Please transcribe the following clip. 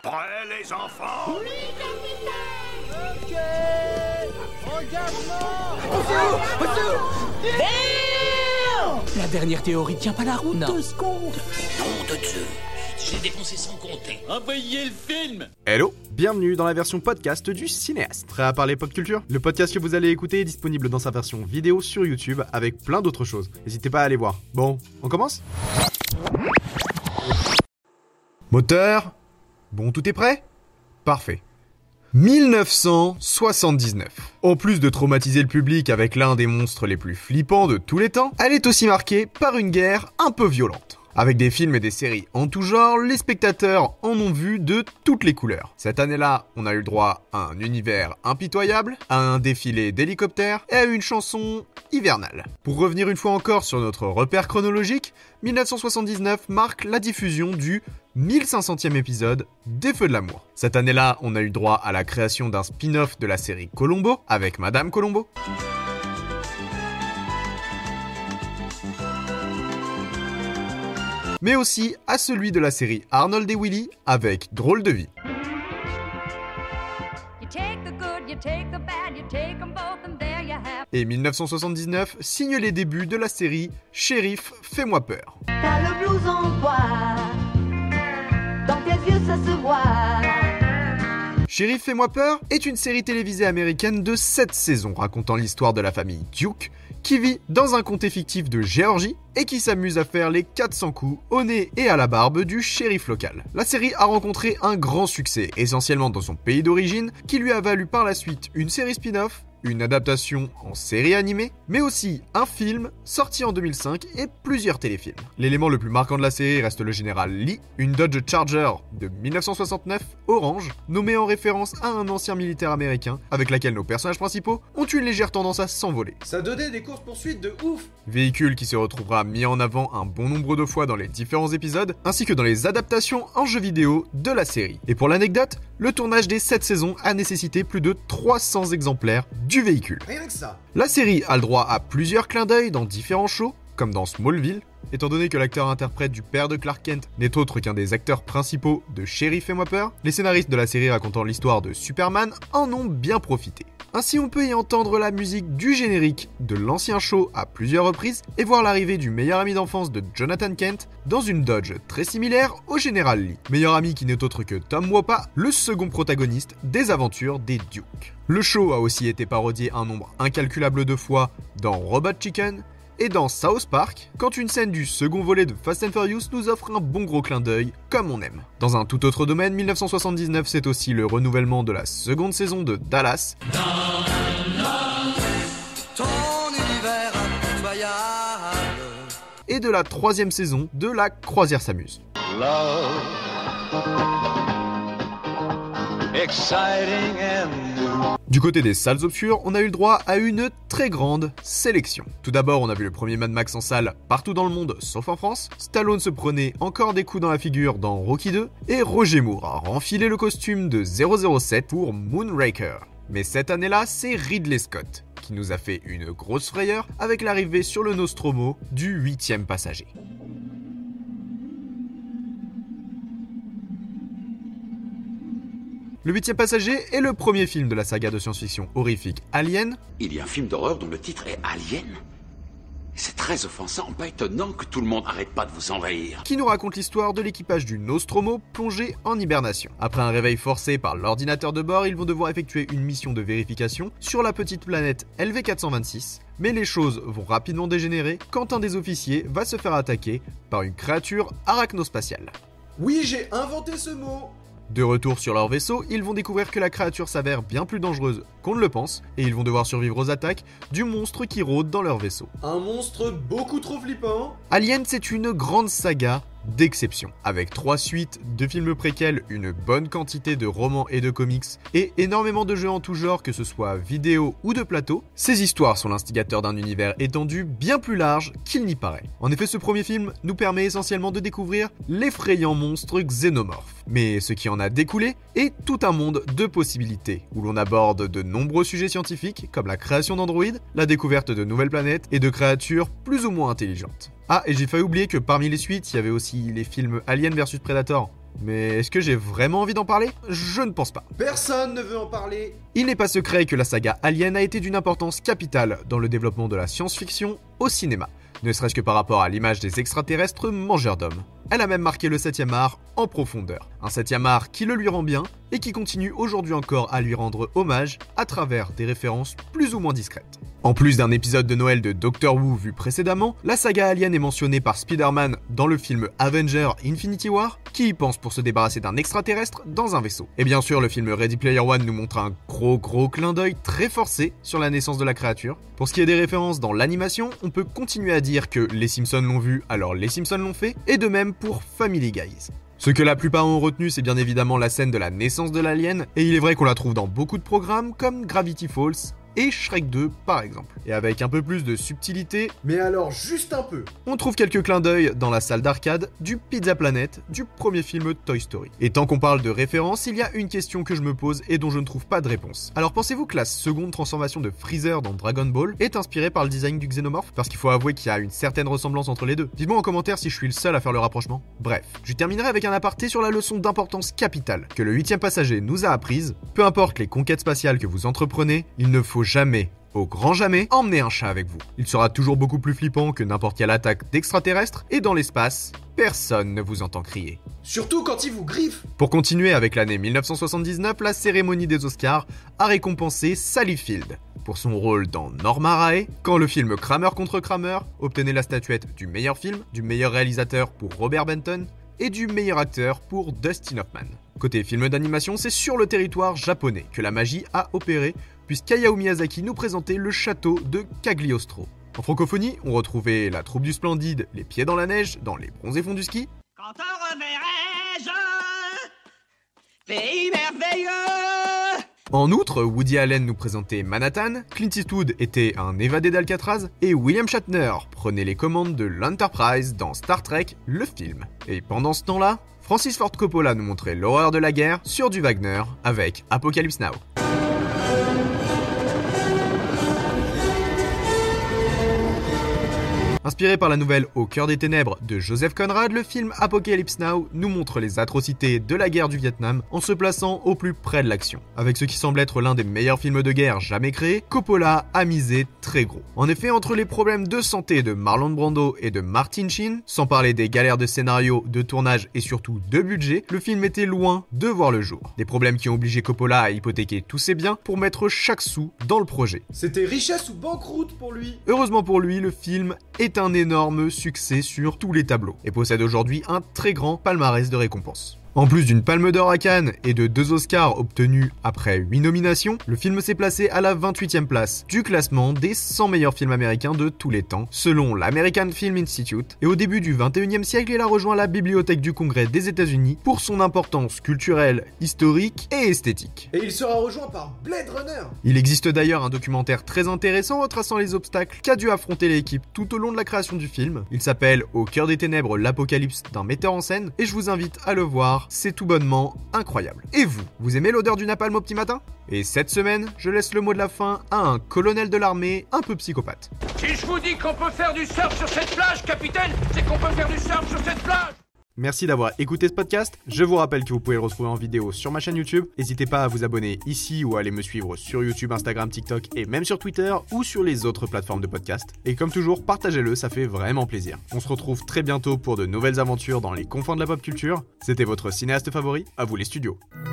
Prêts les enfants? Oui, capitaine. Ok. Engagement. La dernière théorie tient pas la route. 2 secondes. Nom de Dieu. J'ai dépensé sans compter. Envoyez le film. Hello, bienvenue dans la version podcast du Cinéaste. Prêt à parler pop culture? Le podcast que vous allez écouter est disponible dans sa version vidéo sur YouTube avec plein d'autres choses. N'hésitez pas à aller voir. Bon, on commence? Moteur? Bon, tout est prêt? Parfait. 1979. En plus de traumatiser le public avec l'un des monstres les plus flippants de tous les temps, elle est aussi marquée par une guerre un peu violente. Avec des films et des séries en tout genre, les spectateurs en ont vu de toutes les couleurs. Cette année-là, on a eu le droit à un univers impitoyable, à un défilé d'hélicoptères et à une chanson hivernale. Pour revenir une fois encore sur notre repère chronologique, 1979 marque la diffusion du 1500e épisode des Feux de l'amour. Cette année-là, on a eu droit à la création d'un spin-off de la série Columbo avec Madame Columbo. Mais aussi à celui de la série Arnold et Willy avec Drôle de vie. Et 1979 signe les débuts de la série Shérif, fais-moi peur. T'as le blues en bois. Dans tes yeux, ça se voit. Shérif, fais-moi peur est une série télévisée américaine de 7 saisons racontant l'histoire de la famille Duke qui vit dans un comté fictif de Géorgie et qui s'amuse à faire les 400 coups au nez et à la barbe du shérif local. La série a rencontré un grand succès, essentiellement dans son pays d'origine, qui lui a valu par la suite une série spin-off, une adaptation en série animée, mais aussi un film sorti en 2005 et plusieurs téléfilms. L'élément le plus marquant de la série reste le général Lee, une Dodge Charger de 1969 orange, nommée en référence à un ancien militaire américain, avec laquelle nos personnages principaux ont une légère tendance à s'envoler. Ça donnait des courses-poursuites de ouf! Véhicule qui se retrouvera mis en avant un bon nombre de fois dans les différents épisodes, ainsi que dans les adaptations en jeux vidéo de la série. Et pour l'anecdote, le tournage des 7 saisons a nécessité plus de 300 exemplaires du véhicule. Rien que ça. La série a le droit à plusieurs clins d'œil dans différents shows, comme dans Smallville, étant donné que l'acteur interprète du père de Clark Kent n'est autre qu'un des acteurs principaux de Shérif, fais-moi peur, les scénaristes de la série racontant l'histoire de Superman en ont bien profité. Ainsi, on peut y entendre la musique du générique de l'ancien show à plusieurs reprises et voir l'arrivée du meilleur ami d'enfance de Jonathan Kent dans une Dodge très similaire au Général Lee. Meilleur ami qui n'est autre que Tom Wopa, le second protagoniste des aventures des Duke. Le show a aussi été parodié un nombre incalculable de fois dans Robot Chicken et dans South Park, quand une scène du second volet de Fast and Furious nous offre un bon gros clin d'œil, comme on aime. Dans un tout autre domaine, 1979, c'est aussi le renouvellement de la seconde saison de Dallas. Ton univers impitoyable. Et de la troisième saison de La Croisière s'amuse. Love. Exciting and new. Du côté des salles obscures, on a eu le droit à une très grande sélection. Tout d'abord, on a vu le premier Mad Max en salle partout dans le monde, sauf en France. Stallone se prenait encore des coups dans la figure dans Rocky 2. Et Roger Moore a renfilé le costume de 007 pour Moonraker. Mais cette année-là, c'est Ridley Scott qui nous a fait une grosse frayeur avec l'arrivée sur le Nostromo du 8e passager. Le 8e passager est le premier film de la saga de science-fiction horrifique Alien. Il y a un film d'horreur dont le titre est Alien. C'est très offensant, pas étonnant que tout le monde arrête pas de vous envahir. Qui nous raconte l'histoire de l'équipage du Nostromo plongé en hibernation. Après un réveil forcé par l'ordinateur de bord, ils vont devoir effectuer une mission de vérification sur la petite planète LV426. Mais les choses vont rapidement dégénérer quand un des officiers va se faire attaquer par une créature arachnospatiale. Oui, j'ai inventé ce mot. De retour sur leur vaisseau, ils vont découvrir que la créature s'avère bien plus dangereuse qu'on ne le pense, et ils vont devoir survivre aux attaques du monstre qui rôde dans leur vaisseau. Un monstre beaucoup trop flippant. Alien, c'est une grande saga d'exception, avec 3 suites, 2 films préquels, une bonne quantité de romans et de comics, et énormément de jeux en tout genre, que ce soit vidéo ou de plateau. Ces histoires sont l'instigateur d'un univers étendu bien plus large qu'il n'y paraît. En effet, ce premier film nous permet essentiellement de découvrir l'effrayant monstre xénomorphe. Mais ce qui en a découlé est tout un monde de possibilités, où l'on aborde de nombreux sujets scientifiques, comme la création d'androïdes, la découverte de nouvelles planètes et de créatures plus ou moins intelligentes. Ah, et j'ai failli oublier que parmi les suites, il y avait aussi les films Alien vs Predator Mais est-ce que j'ai vraiment envie d'en parler? Je ne pense pas. Personne ne veut en parler. Il n'est pas secret que la saga Alien a été d'une importance capitale dans le développement de la science-fiction au cinéma, ne serait-ce que par rapport à l'image des extraterrestres mangeurs d'hommes. Elle a même marqué le 7e art en profondeur. Un 7e art qui le lui rend bien et qui continue aujourd'hui encore à lui rendre hommage à travers des références plus ou moins discrètes. En plus d'un épisode de Noël de Doctor Who vu précédemment, la saga Alien est mentionnée par Spider-Man dans le film Avengers Infinity War, qui y pense pour se débarrasser d'un extraterrestre dans un vaisseau. Et bien sûr, le film Ready Player One nous montre un gros clin d'œil très forcé sur la naissance de la créature. Pour ce qui est des références dans l'animation, on peut continuer à dire que les Simpsons l'ont vu, alors les Simpsons l'ont fait, et de même pour Family Guy. Ce que la plupart ont retenu, c'est bien évidemment la scène de la naissance de l'alien, et il est vrai qu'on la trouve dans beaucoup de programmes comme Gravity Falls et Shrek 2 par exemple. Et avec un peu plus de subtilité, Mais alors, juste un peu. on trouve quelques clins d'œil dans la salle d'arcade du Pizza Planet du premier film Toy Story. Et tant qu'on parle de référence, il y a une question que je me pose et dont je ne trouve pas de réponse. Alors pensez-vous que la seconde transformation de Freezer dans Dragon Ball est inspirée par le design du Xenomorph? Parce qu'il faut avouer qu'il y a une certaine ressemblance entre les deux. Dites-moi en commentaire si je suis le seul à faire le rapprochement. Bref, je terminerai avec un aparté sur la leçon d'importance capitale que le 8e passager nous a apprise. Peu importe les conquêtes spatiales que vous entreprenez, il ne faut jamais, au grand jamais, emmenez un chat avec vous. Il sera toujours beaucoup plus flippant que n'importe quelle attaque d'extraterrestres, et dans l'espace, personne ne vous entend crier. Surtout quand il vous griffe. Pour continuer avec l'année 1979, la cérémonie des Oscars a récompensé Sally Field pour son rôle dans Norma Rae, quand le film Kramer contre Kramer obtenait la statuette du meilleur film, du meilleur réalisateur pour Robert Benton, et du meilleur acteur pour Dustin Hoffman. Côté film d'animation, c'est sur le territoire japonais que la magie a opéré, puisqu'Hayao Miyazaki nous présentait le château de Cagliostro. En francophonie, on retrouvait la troupe du Splendide, les pieds dans la neige, dans les bronzés fonds du ski. Quand te reverrai-je, pays merveilleux? En outre, Woody Allen nous présentait Manhattan, Clint Eastwood était un évadé d'Alcatraz, et William Shatner prenait les commandes de l'Enterprise dans Star Trek, le film. Et pendant ce temps-là, Francis Ford Coppola nous montrait l'horreur de la guerre sur du Wagner avec Apocalypse Now. Inspiré par la nouvelle Au cœur des ténèbres de Joseph Conrad, le film Apocalypse Now nous montre les atrocités de la guerre du Vietnam en se plaçant au plus près de l'action. Avec ce qui semble être l'un des meilleurs films de guerre jamais créés, Coppola a misé très gros. En effet, entre les problèmes de santé de Marlon Brando et de Martin Sheen, sans parler des galères de scénario, de tournage et surtout de budget, le film était loin de voir le jour. Des problèmes qui ont obligé Coppola à hypothéquer tous ses biens pour mettre chaque sou dans le projet. C'était richesse ou banqueroute pour lui. Heureusement pour lui, le film est un énorme succès sur tous les tableaux et possède aujourd'hui un très grand palmarès de récompenses. En plus d'une Palme d'Or à Cannes et de 2 Oscars obtenus après 8 nominations, le film s'est placé à la 28e place du classement des 100 meilleurs films américains de tous les temps, selon l'American Film Institute, et au début du 21e siècle, il a rejoint la Bibliothèque du Congrès des États-Unis pour son importance culturelle, historique et esthétique. Et il sera rejoint par Blade Runner. Il existe d'ailleurs un documentaire très intéressant retraçant les obstacles qu'a dû affronter l'équipe tout au long de la création du film. Il s'appelle Au cœur des ténèbres, l'apocalypse d'un metteur en scène, et je vous invite à le voir. C'est tout bonnement incroyable. Et vous aimez l'odeur du napalm au petit matin? Et cette semaine, je laisse le mot de la fin à un colonel de l'armée un peu psychopathe. Si je vous dis qu'on peut faire du surf sur cette plage, capitaine, c'est qu'on peut faire du surf sur cette plage. Merci d'avoir écouté ce podcast. Je vous rappelle que vous pouvez le retrouver en vidéo sur ma chaîne YouTube. N'hésitez pas à vous abonner ici ou à aller me suivre sur YouTube, Instagram, TikTok et même sur Twitter ou sur les autres plateformes de podcast. Et comme toujours, partagez-le, ça fait vraiment plaisir. On se retrouve très bientôt pour de nouvelles aventures dans les confins de la pop culture. C'était votre cinéaste favori, à vous les studios.